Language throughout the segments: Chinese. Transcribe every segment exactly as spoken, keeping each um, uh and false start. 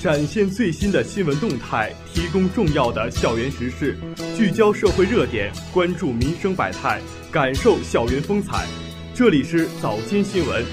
闪现最新的新闻动态，提供重要的校园时事，聚焦社会热点，关注民生百态，感受校园风采。这里是早间新闻。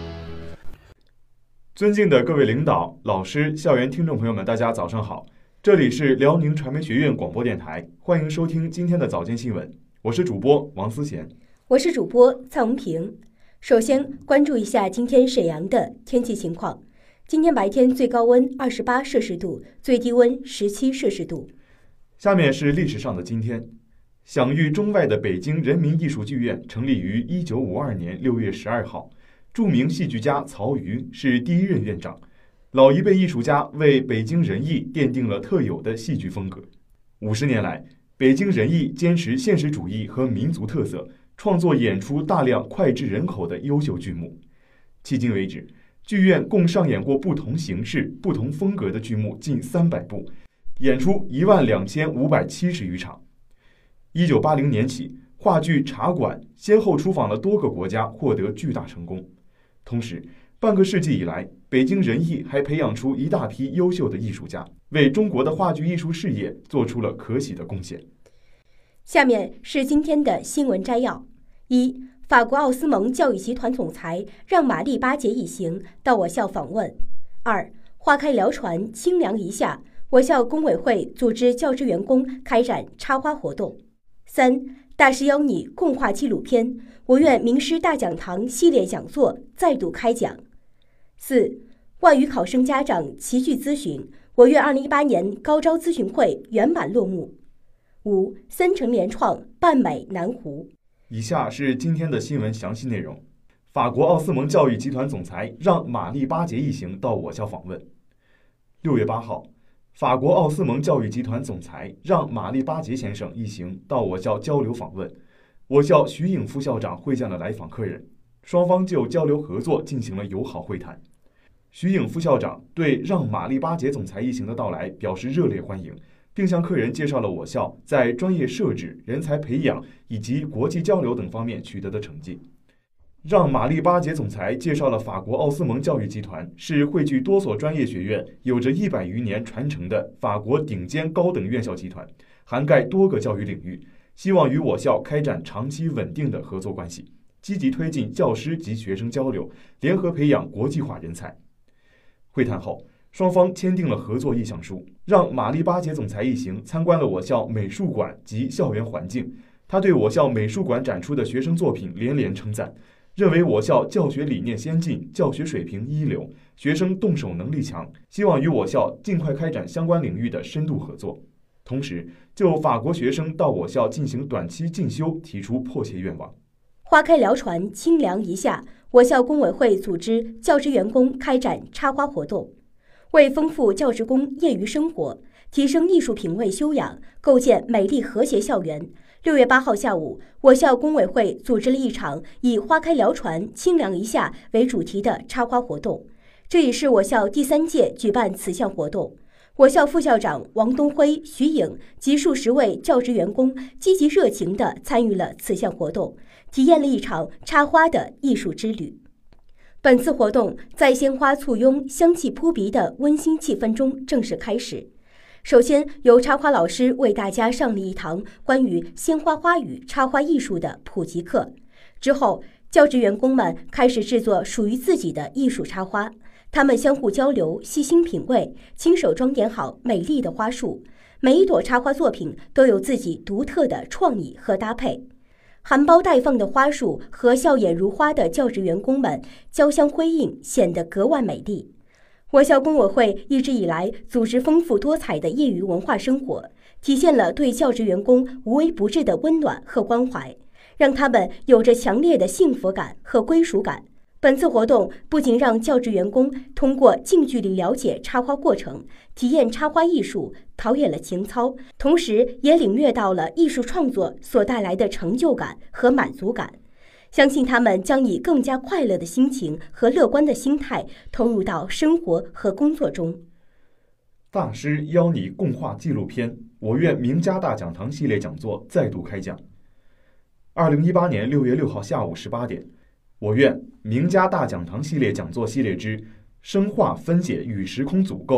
尊敬的各位领导、老师、校园听众朋友们，大家早上好！这里是辽宁传媒学院广播电台，欢迎收听今天的早间新闻。我是主播王思贤， 我是主播蔡文平。首先关注一下今天沈阳的天气情况。今天白天最高温二十八摄氏度，最低温十七摄氏度。 下面是历史上的今天。享誉中外的北京人民艺术剧院成立于一九五二年六月十二号，著名戏剧家曹禺是第一任院长。老一辈艺术家为北京人艺奠定了特有的戏剧风格。五十年来，北京人艺坚持现实主义和民族特色，创作演出大量脍炙人口的优秀剧目。迄今为止，剧院共上演过不同形式、不同风格的剧目近三百部，演出一万两千五百七十余场。一九八零年起，话剧《茶馆》先后出访了多个国家，获得巨大成功。同时，半个世纪以来，北京人艺还培养出一大批优秀的艺术家，为中国的话剧艺术事业做出了可喜的贡献。 下面是今天的新闻摘要：一、法国奥斯蒙教育集团总裁让玛丽巴结一行到我校访问；二、花开辽船，清凉一夏，我校工委会组织教职员工开展插花活动；三、大师邀你共话纪录片，我院名师大讲堂系列讲座再度开讲；四、外语考生家长齐聚咨询，我院二零一八年高招咨询会圆满落幕；五、森城联创半美南湖。 以下是今天的新闻详细内容。法国奥斯蒙教育集团总裁让玛丽巴结一行到我校访问。六月八号，法国奥斯蒙教育集团总裁让玛丽巴结先生一行到我校交流访问。我校徐颖副校长会见了来访客人，双方就交流合作进行了友好会谈。徐颖副校长对让玛丽巴结总裁一行的到来表示热烈欢迎，并向客人介绍了我校在专业设置、人才培养以及国际交流等方面取得的成绩。让玛丽巴结总裁介绍了法国奥斯蒙教育集团是汇聚多所专业学院、有着一百余年传承的法国顶尖高等院校集团，涵盖多个教育领域，希望与我校开展长期稳定的合作关系，积极推进教师及学生交流，联合培养国际化人才。会谈后，双方签订了合作意向书，让玛丽巴结总裁一行参观了我校美术馆及校园环境。他对我校美术馆展出的学生作品连连称赞，认为我校教学理念先进，教学水平一流，学生动手能力强，希望与我校尽快开展相关领域的深度合作。同时，就法国学生到我校进行短期进修提出迫切愿望。 花开辽船，清凉一夏，我校工委会组织教职员工开展插花活动。为丰富教职工业余生活，提升艺术品味修养，构建美丽和谐校园，六月八号下午，我校工委会组织了一场以花开辽船，清凉一夏为主题的插花活动。这也是我校第三届举办此项活动。我校副校长王东辉、徐颖及数十位教职员工积极热情地参与了此项活动，体验了一场插花的艺术之旅。本次活动在鲜花簇拥、香气扑鼻的温馨气氛中正式开始。首先，由插花老师为大家上了一堂关于鲜花花语、插花艺术的普及课。之后，教职员工们开始制作属于自己的艺术插花，他们相互交流、细心品味，亲手装点好美丽的花束。每一朵插花作品都有自己独特的创意和搭配。含苞待放的花束和笑眼如花的教职员工们交相辉映，显得格外美丽。我校工委会一直以来组织丰富多彩的业余文化生活，体现了对教职员工无微不至的温暖和关怀，让他们有着强烈的幸福感和归属感。本次活动不仅让教职员工通过近距离了解插花过程，体验插花艺术，陶冶了情操，同时也领略到了艺术创作所带来的成就感和满足感。相信他们将以更加快乐的心情和乐观的心态投入到生活和工作中。 大师邀你共话纪录片，我院名家大讲堂系列讲座再度开讲。二零一八年六月六号下午十八点，我院名家大讲堂系列讲座系列之深化分解与时空组构，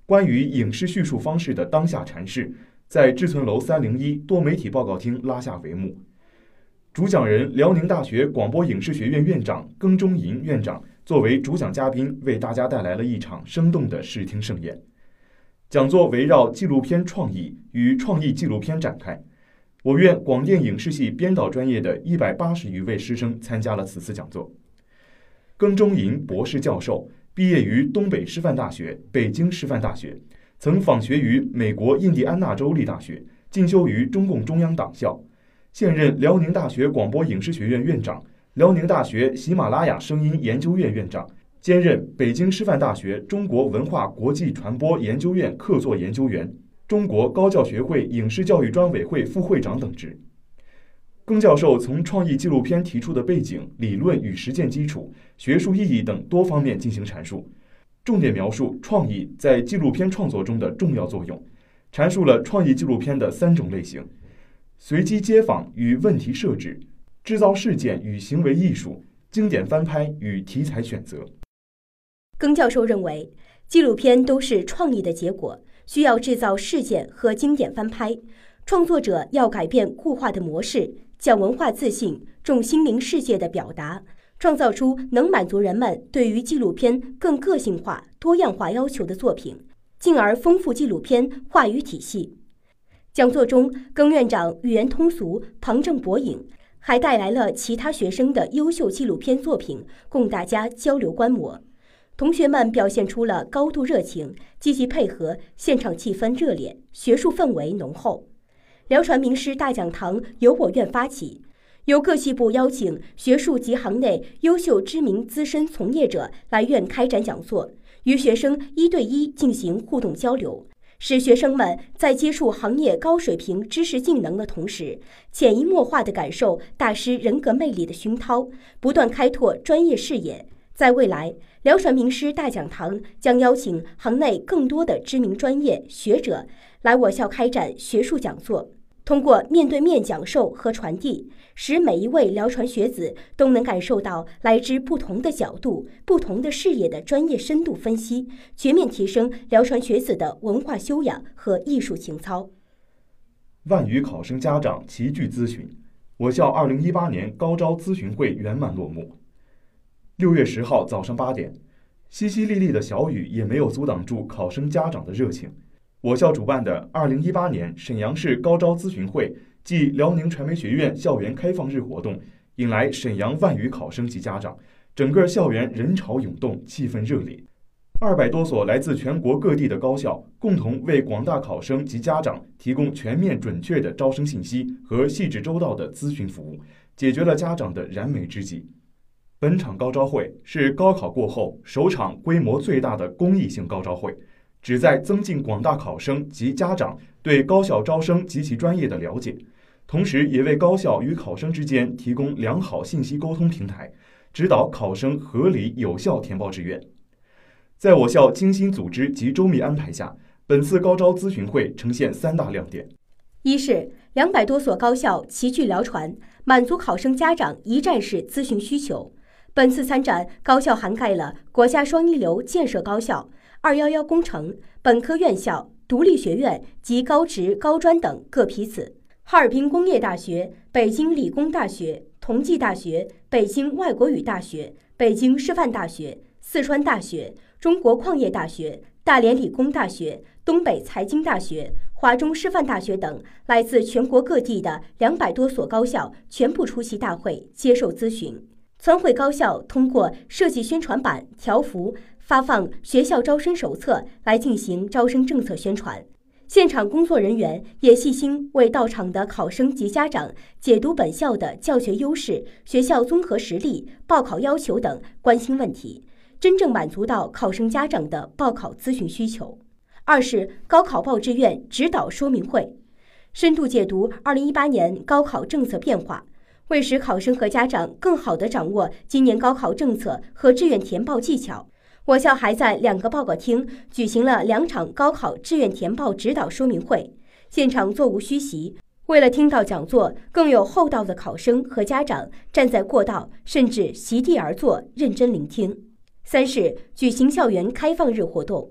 关于影视叙述方式的当下阐释，在志存楼三零一多媒体报告厅拉下帷幕。主讲人辽宁大学广播影视学院院长庚中银院长作为主讲嘉宾，为大家带来了一场生动的视听盛宴。讲座围绕纪录片创意与创意纪录片展开。我院广电影视系编导专业的一百八十余位师生参加了此次讲座。庚中银博士教授毕业于东北师范大学、北京师范大学，曾访学于美国印第安纳州立大学，进修于中共中央党校。现任辽宁大学广播影视学院院长、辽宁大学喜马拉雅声音研究院院长，兼任北京师范大学中国文化国际传播研究院客座研究员、中国高教学会影视教育专委会副会长等职。庚教授从创意纪录片提出的背景、理论与实践基础、学术意义等多方面进行阐述，重点描述创意在纪录片创作中的重要作用，阐述了创意纪录片的三种类型：随机街访与问题设置、制造事件与行为艺术、经典翻拍与题材选择。 庚教授认为，纪录片都是创意的结果，需要制造事件和经典翻拍。创作者要改变固化的模式，讲文化自信，重心灵世界的表达，创造出能满足人们对于纪录片更个性化、多样化要求的作品，进而丰富纪录片话语体系。讲座中，庚院长语言通俗、旁证博引，还带来了其他学生的优秀纪录片作品，供大家交流观摩。同学们表现出了高度热情，积极配合，现场气氛热烈，学术氛围浓厚。辽传名师大讲堂由我院发起，由各系部邀请学术及行内优秀知名资深从业者来院开展讲座，与学生一对一进行互动交流，使学生们在接触行业高水平知识技能的同时，潜移默化地感受大师人格魅力的熏陶，不断开拓专业视野。在未来，辽传名师大讲堂将邀请行内更多的知名专业学者来我校开展学术讲座，通过面对面讲授和传递，使每一位辽传学子都能感受到来自不同的角度、不同的视野的专业深度分析，全面提升辽传学子的文化修养和艺术情操。 万余考生家长齐聚咨询，我校二零一八年高招咨询会圆满落幕。六月十号早上八点，淅淅沥沥的小雨也没有阻挡住考生家长的热情。我校主办的二零一八年沈阳市高招咨询会暨辽宁传媒学院校园开放日活动，引来沈阳万余考生及家长，整个校园人潮涌动，气氛热烈。二百多所来自全国各地的高校，共同为广大考生及家长提供全面准确的招生信息和细致周到的咨询服务，解决了家长的燃眉之急。本场高招会是高考过后首场规模最大的公益性高招会，旨在增进广大考生及家长对高校招生及其专业的了解，同时也为高校与考生之间提供良好信息沟通平台，指导考生合理有效填报志愿。在我校精心组织及周密安排下，本次高招咨询会呈现三大亮点： 一是两百多所高校齐聚辽传，满足考生家长一站式咨询需求。本次参展高校涵盖了国家双一流建设高校、二一一工程、本科院校、独立学院及高职、高专等各批次。哈尔滨工业大学、北京理工大学、同济大学、北京外国语大学、北京师范大学、四川大学、中国矿业大学、大连理工大学、东北财经大学、华中师范大学等来自全国各地的两百多所高校全部出席大会，接受咨询。参会高校通过设计宣传板、条幅、发放学校招生手册来进行招生政策宣传。现场工作人员也细心为到场的考生及家长解读本校的教学优势、学校综合实力、报考要求等关心问题，真正满足到考生家长的报考咨询需求。二是高考报志愿指导说明会，深度解读二零一八年高考政策变化。为使考生和家长更好地掌握今年高考政策和志愿填报技巧，我校还在两个报告厅举行了两场高考志愿填报指导说明会，现场座无虚席。为了听到讲座，更有厚道的考生和家长站在过道甚至席地而坐，认真聆听。三是举行校园开放日活动，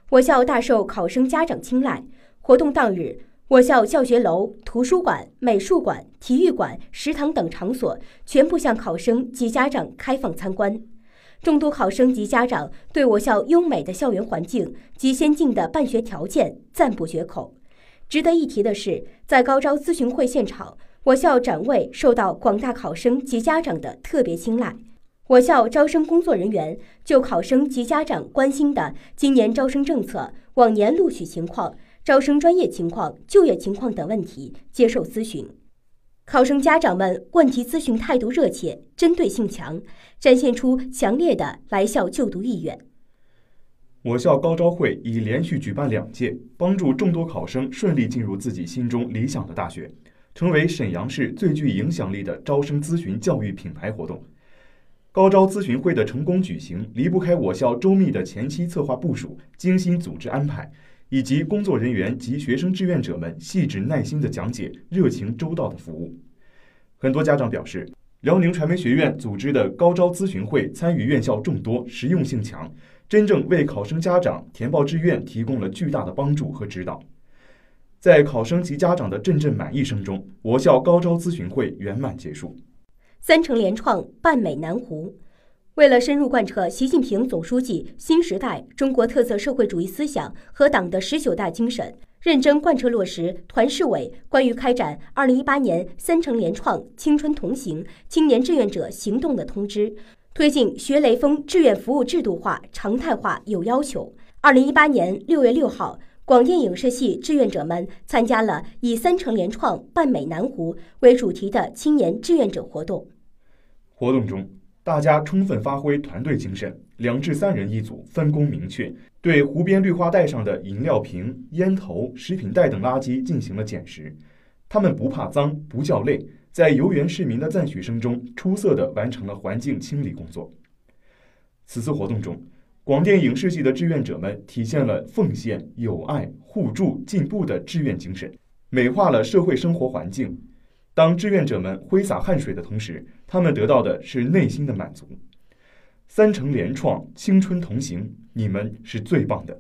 我校大受考生家长青睐。活动当日，我校教学楼、图书馆、美术馆、体育馆、食堂等场所全部向考生及家长开放参观。众多考生及家长对我校优美的校园环境及先进的办学条件赞不绝口。值得一提的是，在高招咨询会现场，我校展位受到广大考生及家长的特别青睐。我校招生工作人员就考生及家长关心的今年招生政策、往年录取情况、招生专业情况、就业情况等问题接受咨询。考生家长们问题咨询态度热切，针对性强，展现出强烈的来校就读意愿。 我校高招会已连续举办两届，帮助众多考生顺利进入自己心中理想的大学，成为沈阳市最具影响力的招生咨询教育品牌活动。高招咨询会的成功举行，离不开我校周密的前期策划部署、精心组织安排，以及工作人员及学生志愿者们细致耐心的讲解、热情周到的服务。很多家长表示，辽宁传媒学院组织的高招咨询会参与院校众多，实用性强，真正为考生家长填报志愿提供了巨大的帮助和指导。在考生及家长的阵阵满意声中，我校高招咨询会圆满结束。 三城联创扮美南湖。为了深入贯彻习近平总书记新时代中国特色社会主义思想和党的十九大精神，认真贯彻落实团市委关于开展二零一八年三城联创青春同行青年志愿者行动的通知，推进学雷锋志愿服务制度化、常态化有要求。二零一八年六月六号，广电影视系志愿者们参加了以三城联创扮美南湖为主题的青年志愿者活动。 活动中，大家充分发挥团队精神，两至三人一组，分工明确，对湖边绿化带上的饮料瓶、烟头、食品袋等垃圾进行了捡拾。他们不怕脏，不叫累，在游园市民的赞许声中，出色地完成了环境清理工作。此次活动中，广电影视系的志愿者们体现了奉献、友爱、互助、进步的志愿精神，美化了社会生活环境。当志愿者们挥洒汗水的同时，他们得到的是内心的满足。三城联创，青春同行，你们是最棒的。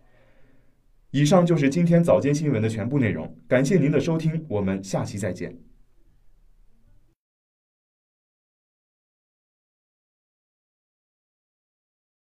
以上就是今天早间新闻的全部内容，感谢您的收听，我们下期再见。